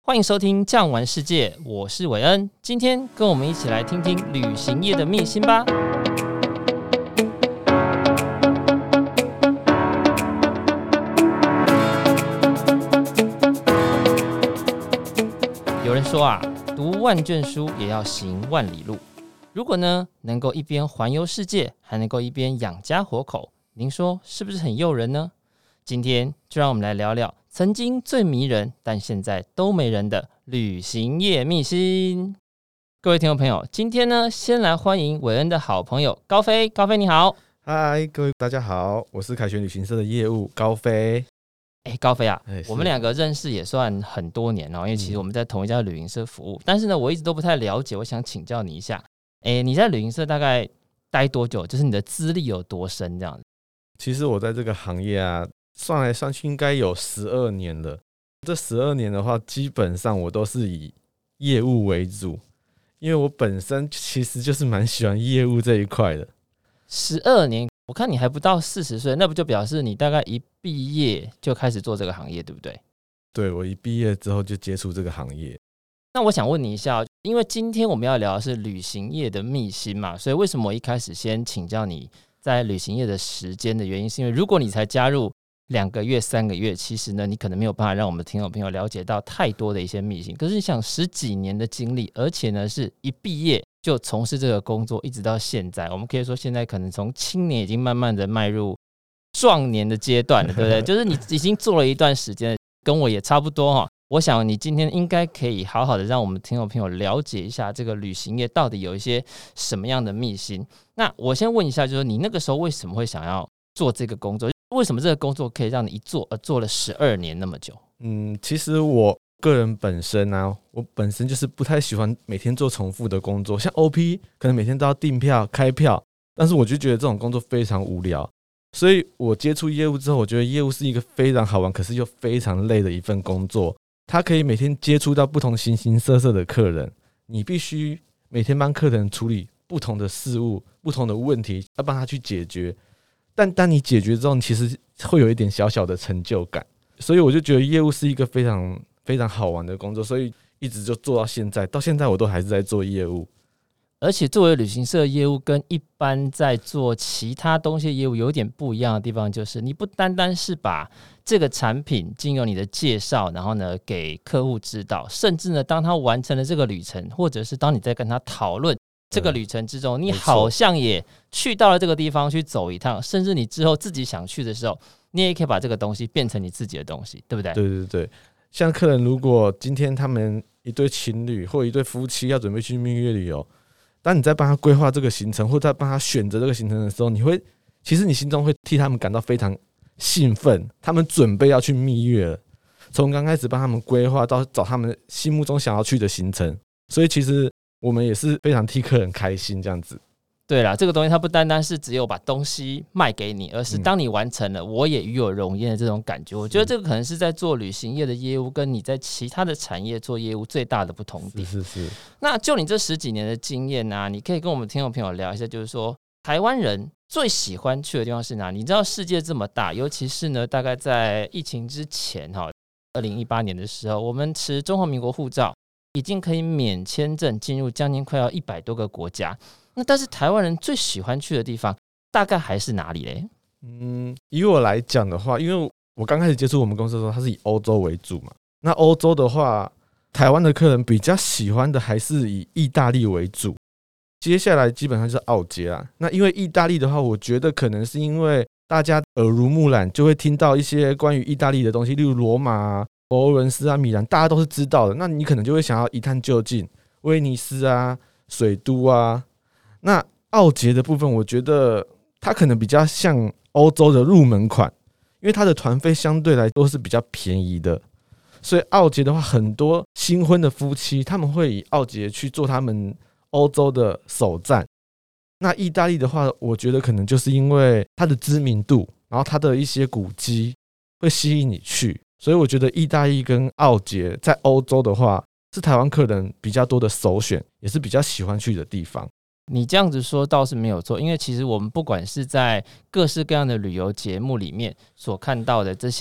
欢迎收听《酱玩世界》，我是韦恩。今天跟我们一起来听听旅行业的秘辛吧。有人说啊，读万卷书也要行万里路。如果呢，能够一边环游世界，还能够一边养家活口，您说是不是很诱人呢？今天就让我们来聊聊曾经最迷人，但现在都没人的旅行业秘辛。各位听众朋友，今天呢，先来欢迎韦恩的好朋友高飞。高飞你好。 嗨，各位大家好，我是凯旋旅行社的业务高飞。 高飞啊，我们两个认识也算很多年了，因为其实我们在同一家旅行社服务，但是呢，我一直都不太了解，我想请教你一下，你在旅行社大概待多久？就是你的资历有多深这样子？ 其实我在这个行业啊，算来算去应该有12年了。这12年的话，基本上我都是以业务为主，因为我本身其实就是蛮喜欢业务这一块的。 12年，我看你还不到40岁，那不就表示你大概一毕业就开始做这个行业，对不对？ 对，我一毕业之后就接触这个行业。 那我想问你一下，因为今天我们要聊的是旅行业的秘辛嘛，所以为什么我一开始先请教你在旅行业的时间的原因，是因为如果你才加入2个月、3个月，其实呢，你可能没有办法让我们听众朋友了解到太多的一些秘辛。可是你想10几年的经历，而且呢是一毕业就从事这个工作，一直到现在，我们可以说现在可能从青年已经慢慢的迈入壮年的阶段了，对不对？就是你已经做了一段时间，跟我也差不多哈。我想你今天应该可以好好的让我们听众朋友了解一下这个旅行业到底有一些什么样的秘辛。那我先问一下，就是你那个时候为什么会想要做这个工作？为什么这个工作可以让你一做而做了12年那么久？ 其实我个人本身啊，我本身就是不太喜欢每天做重复的工作，像 OP 可能每天都要订票、开票，但是我就觉得这种工作非常无聊。所以我接触业务之后，我觉得业务是一个非常好玩，可是又非常累的一份工作。它可以每天接触到不同形形色色的客人，你必须每天帮客人处理不同的事物、不同的问题，要帮他去解决。但当你解决之后，你其实会有一点小小的成就感。所以我就觉得业务是一个非常非常好玩的工作，所以一直就做到现在。到现在我都还是在做业务。 而且作为旅行社业务，跟一般在做其他东西的业务有点不一样的地方，就是你不单单是把这个产品经由你的介绍，然后呢给客户知道，甚至呢当他完成了这个旅程，或者是当你在跟他讨论这个旅程之中，你好像也去到了这个地方去走一趟，甚至你之后自己想去的时候，你也可以把这个东西变成你自己的东西，对不对？ 对对对，像客人如果今天他们一对情侣或一对夫妻要准备去蜜月旅游，当你在帮他规划这个行程，或在帮他选择这个行程的时候，其实你心中会替他们感到非常兴奋，他们准备要去蜜月了。从刚开始帮他们规划到找他们心目中想要去的行程，所以其实我们也是非常替客人开心这样子。 对啦，这个东西它不单单是只有把东西卖给你，而是当你完成了，我也与有荣焉的这种感觉。我觉得这个可能是在做旅行业的业务，跟你在其他的产业做业务最大的不同点。 是。 那就你这10几年的经验啊，你可以跟我们听众朋友聊一下，就是说台湾人最喜欢去的地方是哪里？你知道世界这么大，尤其是呢，大概在疫情之前2018年的时候，我们持中华民国护照已经可以免签证进入将近快要100多个国家。那但是台湾人最喜欢去的地方大概还是哪里嘞？ 以我来讲的话，因为我刚开始接触我们公司的时候，它是以欧洲为主嘛。那欧洲的话，台湾的客人比较喜欢的还是以意大利为主。接下来基本上就是奥捷啦。那因为意大利的话，我觉得可能是因为大家耳濡目染，就会听到一些关于意大利的东西，例如罗马啊、佛罗伦斯啊、米兰，大家都是知道的。那你可能就会想要一探究竟，威尼斯啊、水都啊。那奥捷的部分，我觉得它可能比较像欧洲的入门款，因为它的团费相对来说是比较便宜的，所以奥捷的话，很多新婚的夫妻他们会以奥捷去做他们欧洲的首站。那意大利的话，我觉得可能就是因为它的知名度，然后它的一些古迹会吸引你去，所以我觉得意大利跟奥捷在欧洲的话，是台湾客人比较多的首选，也是比较喜欢去的地方。 你这样子说倒是没有错，因为其实我们不管是在各式各样的旅游节目里面所看到的这些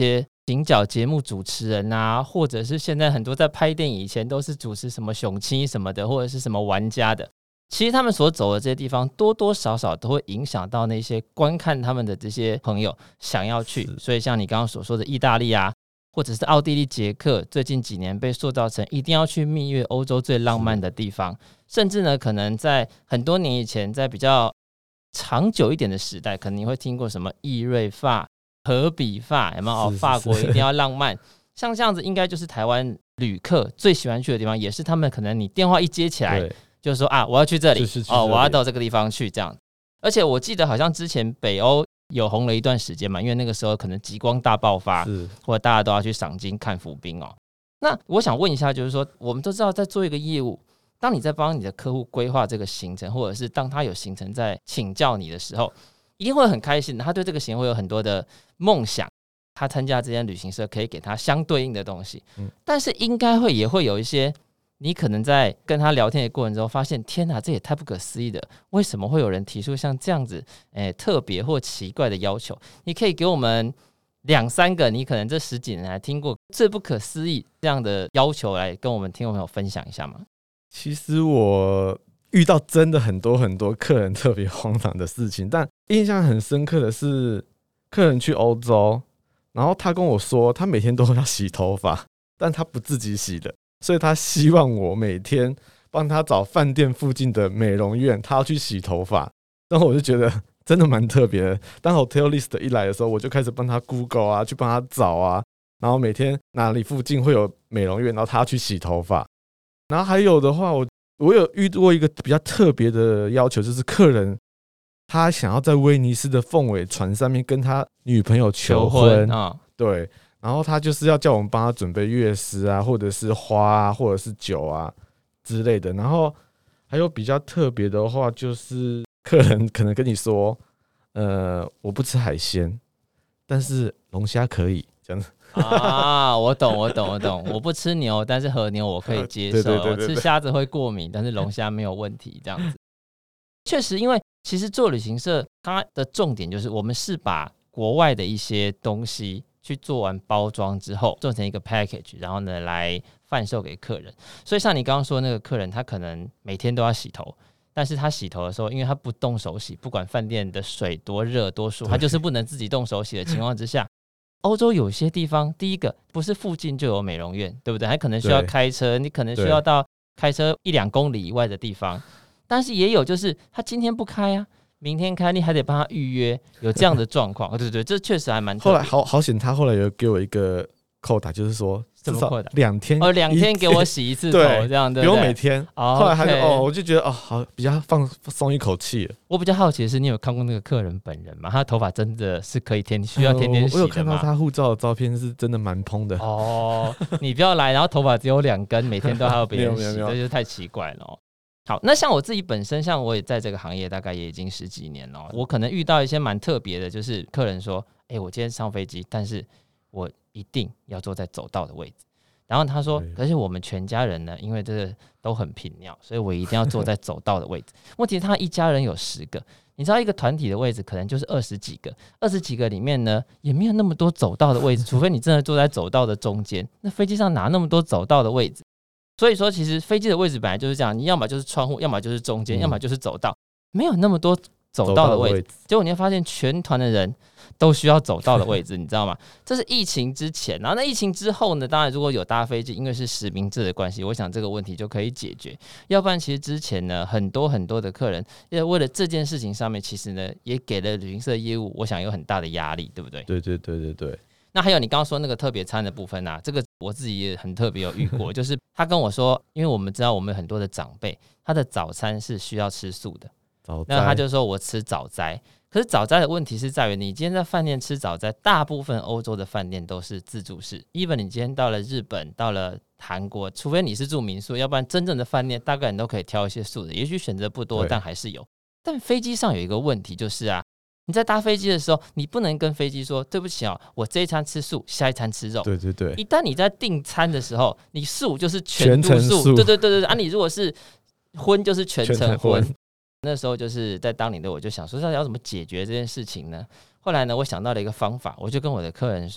行脚节目主持人啊，或者是现在很多在拍电影以前都是主持什么雄妻什么的，或者是什么玩家的，其实他们所走的这些地方多多少少都会影响到那些观看他们的这些朋友想要去。所以像你刚刚所说的意大利啊，或者是奥地利、捷克，最近几年被塑造成一定要去蜜月欧洲最浪漫的地方，甚至呢可能在很多年以前，在比较长久一点的时代，可能你会听过什么意瑞法、荷比法，有没有？法国一定要浪漫，像这样子应该就是台湾旅客最喜欢去的地方，也是他们可能你电话一接起来就是说啊，我要去这里，我要到这个地方去这样。而且我记得好像之前北欧有红了一段时间嘛，因为那个时候可能极光大爆发，或者大家都要去赏金看浮冰哦。那我想问一下，就是说我们都知道在做一个业务，当你在帮你的客户规划这个行程，或者是当他有行程在请教你的时候，一定会很开心的，他对这个行程会有很多的梦想，他参加这间旅行社可以给他相对应的东西，但是应该也会有一些你可能在跟他聊天的过程中发现，天哪，这也太不可思议的，为什么会有人提出像这样子特别或奇怪的要求？你可以给我们2-3个你可能这10几年来听过最不可思议这样的要求来跟我们听众朋友分享一下吗？ 其实我遇到真的很多很多客人特别荒唐的事情，但印象很深刻的是客人去欧洲，然后他跟我说他每天都要洗头发，但他不自己洗的，所以他希望我每天帮他找饭店附近的美容院，他要去洗头发。然后我就觉得真的蛮特别的，当 hotel list 一来的时候，我就开始帮他 Google 啊，去帮他找啊，然后每天哪里附近会有美容院，然后他要去洗头发。然后还有的话，我有遇过一个比较特别的要求，就是客人他想要在威尼斯的凤尾船上面跟他女朋友求婚对，然后他就是要叫我们帮他准备乐师啊，或者是花啊，或者是酒啊之类的。然后还有比较特别的话，就是客人可能跟你说，我不吃海鲜，但是龙虾可以这样子。我懂，我不吃牛，但是和牛我可以接受。我吃虾子会过敏，但是龙虾没有问题，这样子。确实，因为其实做旅行社，它的重点就是我们是把国外的一些东西去做完包装之后，做成一个 package， 然后呢来贩售给客人。所以像你刚刚说的那个客人，他可能每天都要洗头，但是他洗头的时候，因为他不动手洗，不管饭店的水多热多舒，他就是不能自己动手洗的情况之下。欧洲有些地方，第一个不是附近就有美容院，对不对？还可能需要开车，你可能需要到开车1-2公里以外的地方。但是也有就是他今天不开啊，明天开，你还得帮他预约，有这样的状况。对，这确实还蛮特别。 后来好险，他后来有给我一个扣打，就是说至少2天 2天给我洗一次头，这样对不对？ 不用每天。后来他就我就觉得好，比较放松一口气了。 我比较好奇的是，你有看过那个客人本人吗？他的头发真的是可以需要天天洗的吗？ 我有看到他护照的照片，是真的蛮蓬的。 你不要来，然后头发只有2根，每天都还有别人洗，这就太奇怪了。好，那像我自己本身，像我也在这个行业大概也已经10几年了，我可能遇到一些蛮特别的，就是客人说，我今天上飞机，但是我一定要坐在走道的位置。然后他说，可是我们全家人呢，因为这个都很频尿，所以我一定要坐在走道的位置。问题是他一家人有10个，你知道一个团体的位置可能就是20几个，20几个里面呢，也没有那么多走道的位置，除非你真的坐在走道的中间。那飞机上哪那么多走道的位置？所以说，其实飞机的位置本来就是这样，你要么就是窗户，要么就是中间，要么就是走道，没有那么多走道的位置。结果你会发现，全团的人都需要走道的位置，你知道吗？这是疫情之前，然后那疫情之后呢？当然，如果有搭飞机，因为是实名制的关系，我想这个问题就可以解决。要不然，其实之前呢，很多的客人，为了这件事情上面，其实呢，也给了旅行社业务，我想有很大的压力，对不对？ 对。 那还有你刚刚说那个特别餐的部分啊，这个我自己也很特别有遇过，就是他跟我说，因为我们知道我们有很多的长辈，他的早餐是需要吃素的，那他就说我吃早斋。可是早斋的问题是在于，你今天在饭店吃早斋，大部分欧洲的饭店都是自助式。even 你今天到了日本、到了韩国，除非你是住民宿，要不然真正的饭店大概你都可以挑一些素的，也许选择不多，但还是有。但飞机上有一个问题就是啊，你在搭飞机的时候，你不能跟飞机说对不起哦，我这一餐吃素，下一餐吃肉。 对。 一旦你在订餐的时候，你素就是全度素，对啊，你如果是荤就是全程荤。那时候就是在当领队，我就想说要怎么解决这件事情呢？后来呢，我想到了一个方法，我就跟我的客人说，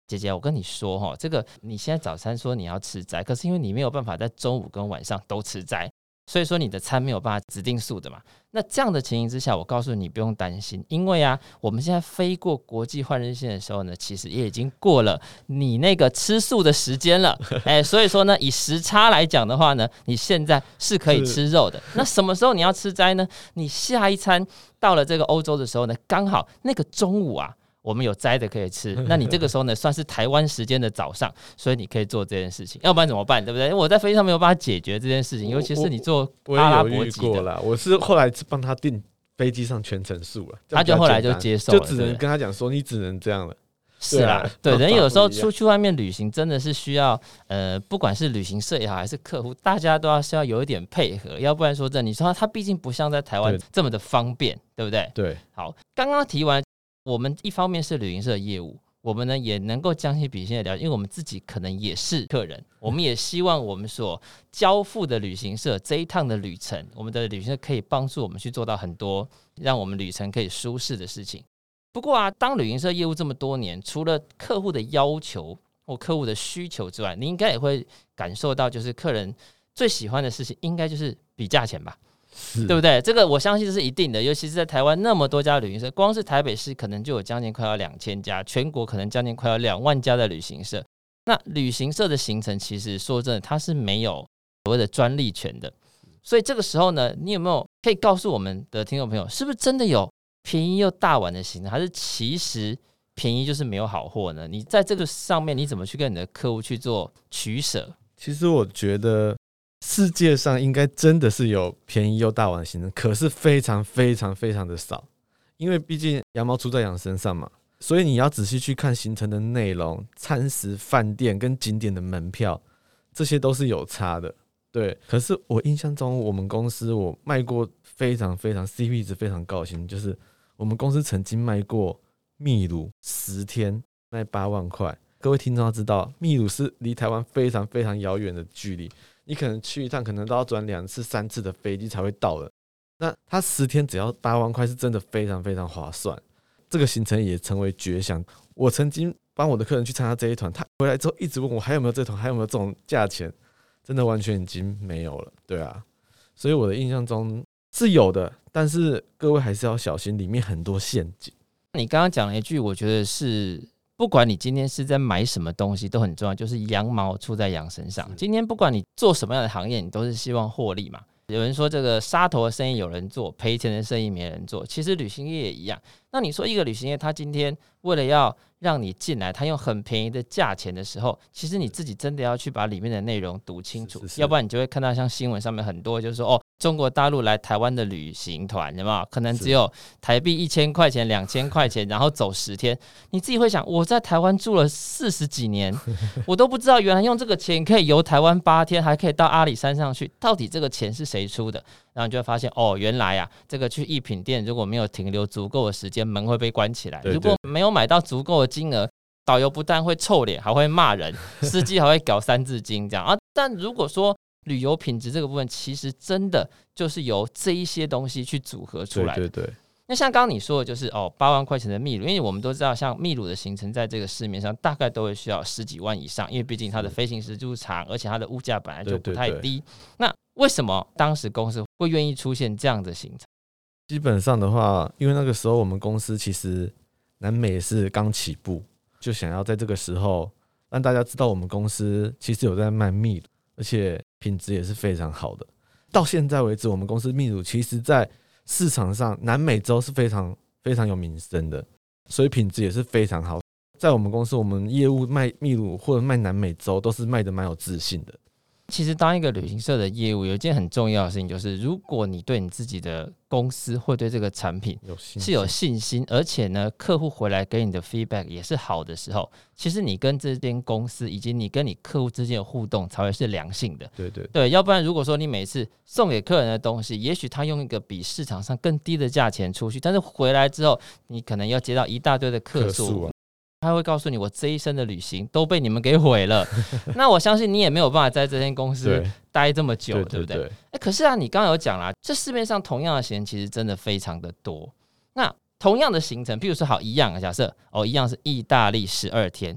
姐姐，我跟你说哈，这个你现在早餐说你要吃斋，可是因为你没有办法在中午跟晚上都吃斋，所以说你的餐没有办法指定素的嘛。那这样的情形之下，我告诉你不用担心，因为啊，我们现在飞过国际换日线的时候呢，其实也已经过了你那个吃素的时间了。所以说呢，以时差来讲的话呢，你现在是可以吃肉的。那什么时候你要吃斋呢？你下一餐到了这个欧洲的时候呢，刚好那个中午啊，我们有斋的可以吃，那你这个时候呢，算是台湾时间的早上，所以你可以做这件事情，要不然怎么办？对不对？因为我在飞机上没有办法解决这件事情，尤其是你做阿拉伯籍的啦。 我是后来帮他订飞机上全程素了， 他就后来就接受了， 就只能跟他讲说，你只能这样了。 是啦，对，人有时候出去外面旅行，真的是需要不管是旅行社也好，还是客户，大家都是要有一点配合，要不然说真的，你说他毕竟不像在台湾这么的方便，对不对？ 对。 好，刚刚提完。我们一方面是旅行社的业务，我们呢也能够将心比心的了解，因为我们自己可能也是客人，我们也希望我们所交付的旅行社这一趟的旅程，我们的旅行社可以帮助我们去做到很多让我们旅程可以舒适的事情。不过啊，当旅行社业务这么多年，除了客户的要求或客户的需求之外，你应该也会感受到，就是客人最喜欢的事情，应该就是比价钱吧。对不对？这个我相信这是一定的，尤其是在台湾那么多家旅行社，光是台北市可能就有将近快要2000家，全国可能将近快要2万家的旅行社。那旅行社的行程，其实说真的，它是没有所谓的专利权的。所以这个时候呢，你有没有可以告诉我们的听众朋友，是不是真的有便宜又大碗的行程，还是其实便宜就是没有好货呢？你在这个上面，你怎么去跟你的客户去做取舍？ 其实我觉得世界上应该真的是有便宜又大碗的行程，可是非常非常非常的少，因为毕竟羊毛出在羊身上嘛，所以你要仔细去看行程的内容、餐食、饭店跟景点的门票，这些都是有差的。对，可是我印象中，我们公司我卖过非常非常 CP 值非常高的行程，就是我们公司曾经卖过秘鲁10天卖8万块。各位听众要知道，秘鲁是离台湾非常非常遥远的距离。你可能去一趟，可能都要转2次、3次的飞机才会到的。那他10天只要8万块，是真的非常非常划算。这个行程也成为绝响。我曾经帮我的客人去参加这一团，他回来之后一直问我还有没有这团，还有没有这种价钱，真的完全已经没有了。对啊，所以我的印象中是有的，但是各位还是要小心，里面很多陷阱。 你刚刚讲了一句，我觉得是。不管你今天是在买什么东西都很重要，就是羊毛出在羊身上。今天不管你做什么样的行业，你都是希望获利嘛。有人说这个杀头的生意有人做，赔钱的生意没人做。其实旅行业也一样。那你说一个旅行业，他今天为了要让你进来，他用很便宜的价钱的时候，其实你自己真的要去把里面的内容读清楚，要不然你就会看到像新闻上面很多就是说中国大陆来台湾的旅行团，有没有可能只有台币1000块钱、2000块钱，然后走10天？你自己会想，我在台湾住了40几年，我都不知道原来用这个钱可以游台湾8天，还可以到阿里山上去，到底这个钱是谁出的？然后你就会发现，原来啊，这个去艺品店如果没有停留足够的时间，门会被关起来。如果没有买到足够的金额，导游不但会臭脸，还会骂人，司机还会搞3字经这样啊。但如果说旅游品质这个部分，其实真的就是由这一些东西去组合出来的。 对。 那像刚刚你说的，就是8万块钱的秘鲁，因为我们都知道，像秘鲁的行程在这个市面上大概都会需要10几万以上，因为毕竟它的飞行时间长，而且它的物价本来就不太低。那为什么当时公司会愿意出现这样的行程？ 基本上的话，因为那个时候我们公司其实南美是刚起步，就想要在这个时候让大家知道我们公司其实有在卖秘鲁，而且品质也是非常好的。到现在为止，我们公司秘鲁其实在市场上南美洲是非常非常有名声的，所以品质也是非常好。在我们公司，我们业务卖秘鲁或者卖南美洲都是卖的蛮有自信的。 其实当一个旅行社的业务，有一件很重要的事情，就是如果你对你自己的公司或对这个产品是有信心，而且呢客户回来给你的 feedback 也是好的时候，其实你跟这间公司以及你跟你客户之间的互动才会是良性的。对，要不然如果说你每次送给客人的东西，也许他用一个比市场上更低的价钱出去，但是回来之后你可能要接到一大堆的客诉，他会告诉你，我这一生的旅行都被你们给毁了。那我相信你也没有办法在这间公司待这么久， 对不对？可是啊，你刚刚有讲啦，这市面上同样的行程其实真的非常的多。那同样的行程，譬如说好一样，假设一样是意大利12天，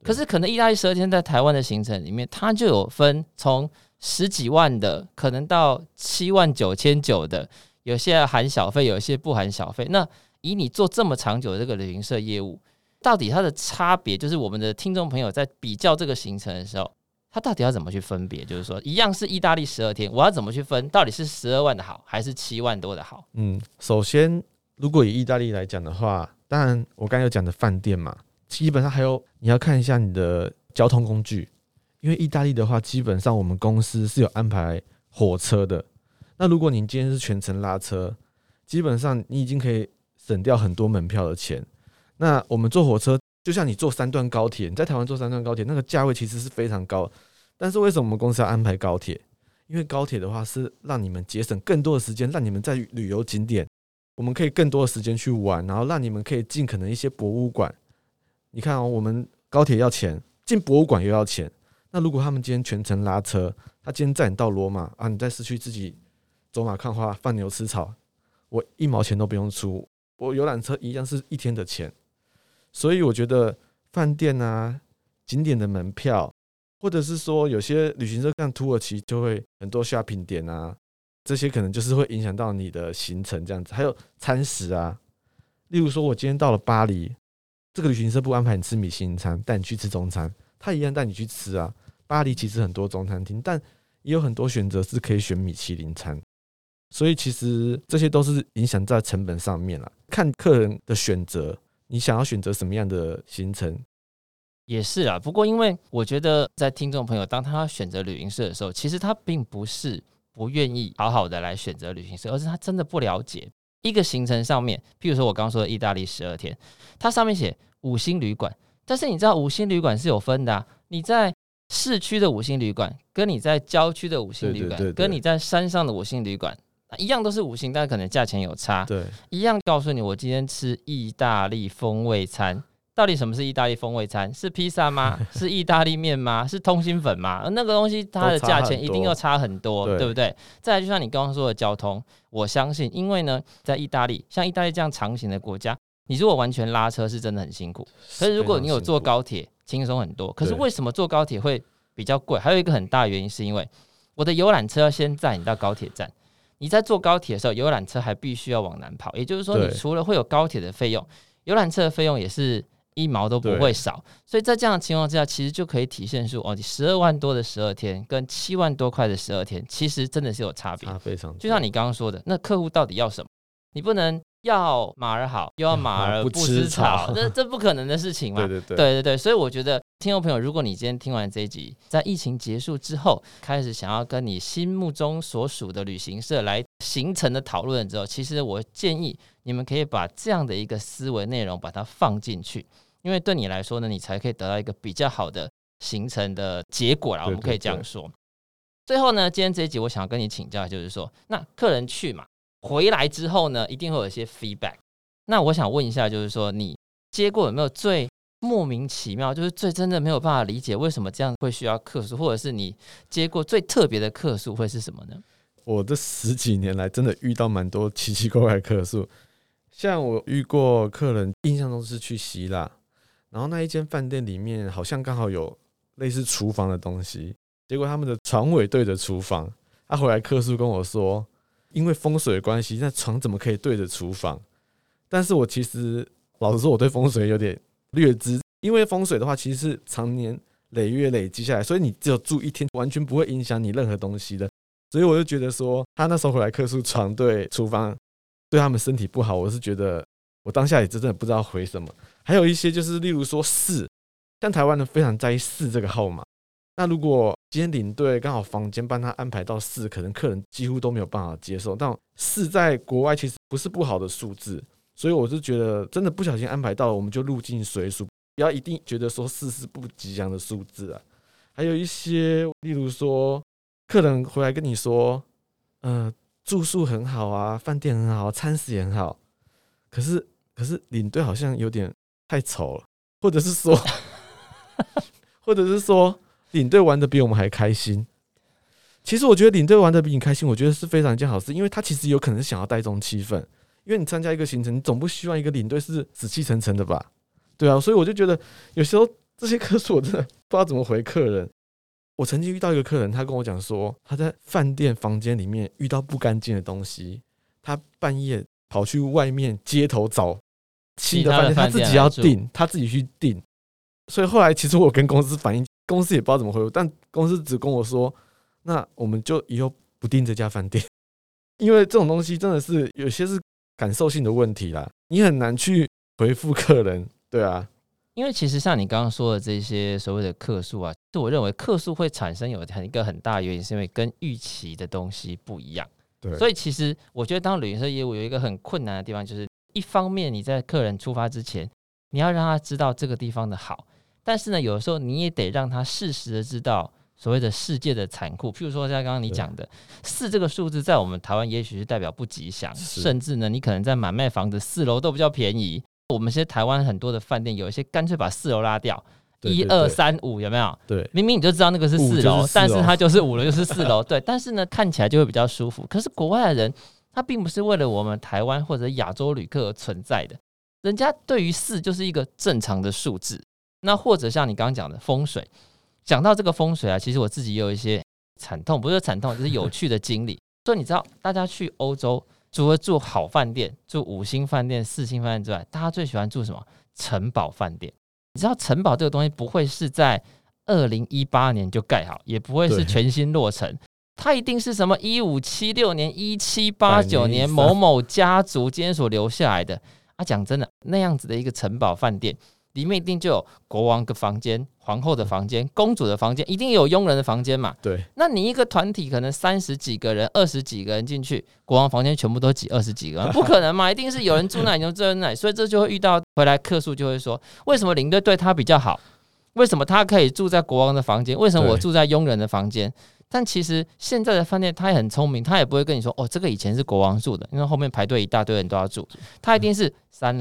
可是可能意大利12天在台湾的行程里面，它就有分从10几万的，可能到79900的，有些含小费，有些不含小费。那以你做这么长久的这个旅行社业务，到底它的差别，就是我们的听众朋友在比较这个行程的时候，他到底要怎么去分别？就是说，一样是意大利12天，我要怎么去分？到底是12万的好，还是7万多的好？ 首先，如果以意大利来讲的话，当然我刚才有讲的饭店嘛，基本上还有你要看一下你的交通工具，因为意大利的话，基本上我们公司是有安排火车的。那如果你今天是全程拉车，基本上你已经可以省掉很多门票的钱。那我们坐火车，就像你坐3段高铁，你在台湾坐3段高铁，那个价位其实是非常高。但是为什么我们公司要安排高铁？因为高铁的话是让你们节省更多的时间，让你们在旅游景点，我们可以更多的时间去玩，然后让你们可以进可能一些博物馆。你看我们高铁要钱，进博物馆又要钱。那如果他们今天全程拉车，他今天载你到罗马啊，你在市区自己走马看花、放牛吃草，我1毛钱都不用出，我游览车一样是1天的钱。所以我觉得饭店啊、景点的门票，或者是说有些旅行社像土耳其就会很多 shopping 点啊，这些可能就是会影响到你的行程这样子。还有餐食啊，例如说我今天到了巴黎，这个旅行社不安排你吃米其林餐，带你去吃中餐，他一样带你去吃啊。巴黎其实很多中餐厅，但也有很多选择是可以选米其林餐，所以其实这些都是影响在成本上面啦。看客人的选择，你想要选择什么样的行程？ 也是啊，不过因为我觉得在听众朋友当他选择旅行社的时候，其实他并不是不愿意好好的来选择旅行社，而是他真的不了解一个行程上面，譬如说我刚刚说的意大利12天，它上面写5星旅馆，但是你知道5星旅馆是有分的啊，你在市区的5星旅馆，跟你在郊区的5星旅馆，跟你在山上的5星旅馆，一样都是5星，但可能价钱有差。 对， 一样告诉你，我今天吃意大利风味餐，到底什么是意大利风味餐？是披萨吗？是意大利面吗？是通心粉吗？那个东西它的价钱一定要差很多，对不对？再来，就像你刚刚说的交通，我相信，因为呢，在意大利，像意大利这样长型的国家，你如果完全拉车是真的很辛苦。可是如果你有坐高铁，轻松很多。可是为什么坐高铁会比较贵？还有一个很大的原因是因为我的游览车要先载你到高铁站，你在坐高铁的时候，游览车还必须要往南跑，也就是说，你除了会有高铁的费用，游览车的费用也是1毛都不会少。所以在这样的情况之下，其实就可以体现出你12万多的12天跟7万多块的12天，其实真的是有差别， 差非常多。 就像你刚刚说的，那客户到底要什么？你不能要马儿好，又要马儿不吃草，这不可能的事情嘛。对，所以我觉得听众朋友，如果你今天听完这一集，在疫情结束之后，开始想要跟你心目中所属的旅行社来行程的讨论之后，其实我建议你们可以把这样的一个思维内容把它放进去，因为对你来说呢，你才可以得到一个比较好的行程的结果啦。我们可以这样说。最后呢，今天这一集我想要跟你请教，就是说，那客人去嘛，回来之后呢，一定会有一些 feedback。那我想问一下，就是说，你接过有没有最莫名其妙，就是最真的没有办法理解为什么这样会需要客诉，或者是你接过最特别的客诉会是什么呢？ 我这10几年来真的遇到蛮多奇奇怪怪的客诉，像我遇过客人印象中是去希腊，然后那一间饭店里面好像刚好有类似厨房的东西，结果他们的床尾对着厨房，他回来客诉跟我说，因为风水的关系，那床怎么可以对着厨房？但是我其实老实说，我对风水有点略知，因为风水的话其实是常年累月累积下来，所以你只有住1天，完全不会影响你任何东西的。所以我就觉得说，他那时候回来客诉床对厨房对他们身体不好，我是觉得我当下也真的不知道回什么。还有一些就是例如说4，像台湾人非常在意4这个号码，那如果今天领队刚好房间帮他安排到4，可能客人几乎都没有办法接受。但4在国外其实不是不好的数字，所以我是觉得真的不小心安排到了，我们就入境随俗，不要一定觉得说4是不吉祥的数字啊。还有一些例如说客人回来跟你说住宿很好啊，饭店很好，餐食也很好，可是领队好像有点太丑了，或者是说领队玩的比我们还开心。其实我觉得领队玩的比你开心，我觉得是非常一件好事，因为他其实有可能是想要带动气氛，因为你参加一个行程，你总不希望一个领队是死气沉沉的吧？对啊，所以我就觉得有时候这些客诉我真的不知道怎么回客人。我曾经遇到一个客人，他跟我讲说，他在饭店房间里面遇到不干净的东西，他半夜跑去外面街头找新的饭店，他自己要订，他自己去订。所以后来其实我跟公司反映，公司也不知道怎么回复，但公司只跟我说，那我们就以后不订这家饭店，因为这种东西真的是有些是感受性的问题啦，你很难去回复客人，对啊。 因为其实像你刚刚说的这些所谓的客诉啊，是我认为客诉会产生有一个很大的原因，是因为跟预期的东西不一样。 对， 所以其实我觉得当旅行社业务有一个很困难的地方，就是一方面你在客人出发之前，你要让他知道这个地方的好，但是呢，有的时候你也得让他适时的知道所谓的世界的残酷。譬如说像刚刚你讲的4这个数字，在我们台湾也许是代表不吉祥，甚至呢，你可能在买卖房子4楼都比较便宜。我们现在台湾很多的饭店，有一些干脆把4楼拉掉，1、2、3、5，有没有？ 对， 明明你就知道那个是4楼，但是它就是5楼，就是4楼。对，但是呢，看起来就会比较舒服。可是国外的人，他并不是为了我们台湾或者亚洲旅客而存在的，人家对于4就是一个正常的数字。那或者像你刚刚讲的风水，讲到这个风水啊，其实我自己也有一些惨痛，不是惨痛，就是有趣的经历。所以你知道，大家去欧洲，除了住好饭店、住5星饭店、4星饭店之外，大家最喜欢住什么？城堡饭店。你知道城堡这个东西不会是在2018年就盖好，也不会是全新落成，它一定是什么1576年、1789年某某家族今天所留下来的。讲真的，那样子的一个城堡饭店，里面一定就有国王的房间、皇后的房间、公主的房间，一定有佣人的房间嘛。 对。 那你一个团体可能30几个人、20几个人进去，国王房间全部都挤20几个人，不可能嘛？一定是有人住那里，有人住那里，所以这就会遇到回来客诉，就会说，为什么领队对他比较好？为什么他可以住在国王的房间？为什么我住在佣人的房间？但其实现在的饭店他也很聪明，他也不会跟你说这个以前是国王住的，因为后面排队一大堆人都要住，他一定是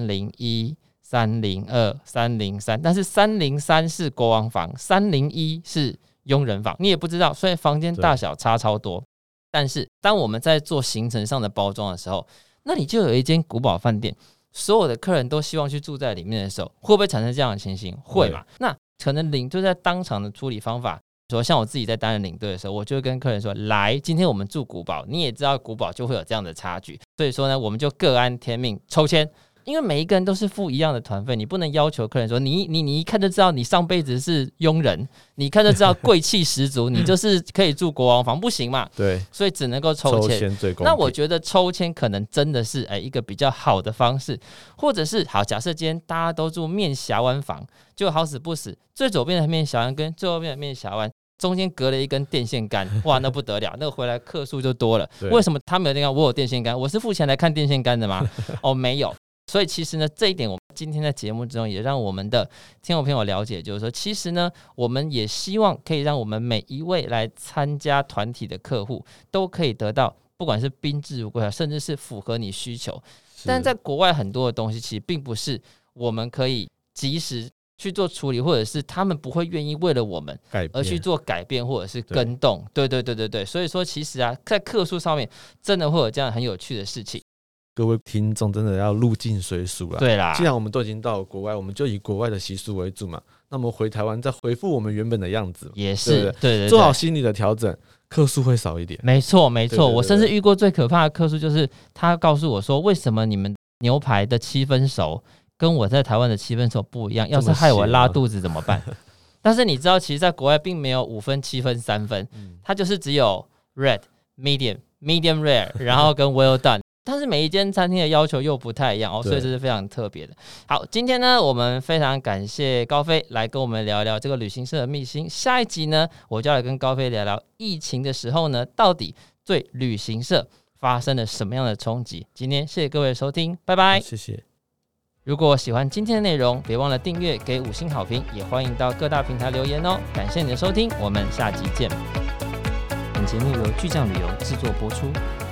301。302、303，但是303是国王房，301是佣人房，你也不知道，所以房间大小差超多。但是当我们在做行程上的包装的时候，那你就有一间古堡饭店，所有的客人都希望去住在里面的时候，会不会产生这样的情形？会嘛？那可能领队在当场的处理方法，说像我自己在担任领队的时候，我就会跟客人说，来，今天我们住古堡，你也知道古堡就会有这样的差距，所以说呢，我们就各安天命抽签。因为每一个人都是付一样的团费，你不能要求客人说你一看就知道你上辈子是佣人，你一看就知道贵气十足，你就是可以住国王房，不行嘛？ 对， 所以只能够抽签最公平。 那我觉得抽签可能真的是一个比较好的方式，或者是好，假设今天大家都住面峡湾房，就好死不死，最左边的面峡湾跟最后边的面峡湾中间隔了一根电线杆，哇，那不得了，那个回来客数就多了。为什么他没有电线杆？我有电线杆，我是付钱来看电线杆的吗？没有。所以其实呢，这一点我们今天在节目之中也让我们的听众朋友了解，就是说，其实呢，我们也希望可以让我们每一位来参加团体的客户都可以得到，不管是宾至如归，甚至是符合你需求。但是在国外很多的东西，其实并不是我们可以及时去做处理，或者是他们不会愿意为了我们而去做改变或者是更动。对，所以说其实啊，在客诉上面真的会有这样很有趣的事情。 各位听众真的要入境随俗啦。 对啦， 既然我们都已经到国外，我们就以国外的习俗为主嘛。那么回台湾再回复我们原本的样子， 也是对， 做好心理的调整，客诉会少一点。 没错，我甚至遇过最可怕的客诉，就是他告诉我说，为什么你们牛排的7分熟跟我在台湾的7分熟不一样？要是害我拉肚子怎么办？但是你知道，其实在国外并没有5分、7分、3分，它就是只有 red、medium rare， 然后跟 well done。但是每一间餐厅的要求又不太一样所以这是非常特别的。好，今天呢，我们非常感谢高飞来跟我们聊一聊这个旅行社的秘辛。下一集呢，我就要来跟高飞聊聊疫情的时候呢，到底对旅行社发生了什么样的冲击。今天谢谢各位的收听，拜拜。 谢谢。 如果喜欢今天的内容，别忘了订阅，给5星好评，也欢迎到各大平台留言哦。感谢你的收听，我们下集见。本节目由巨匠旅游制作播出。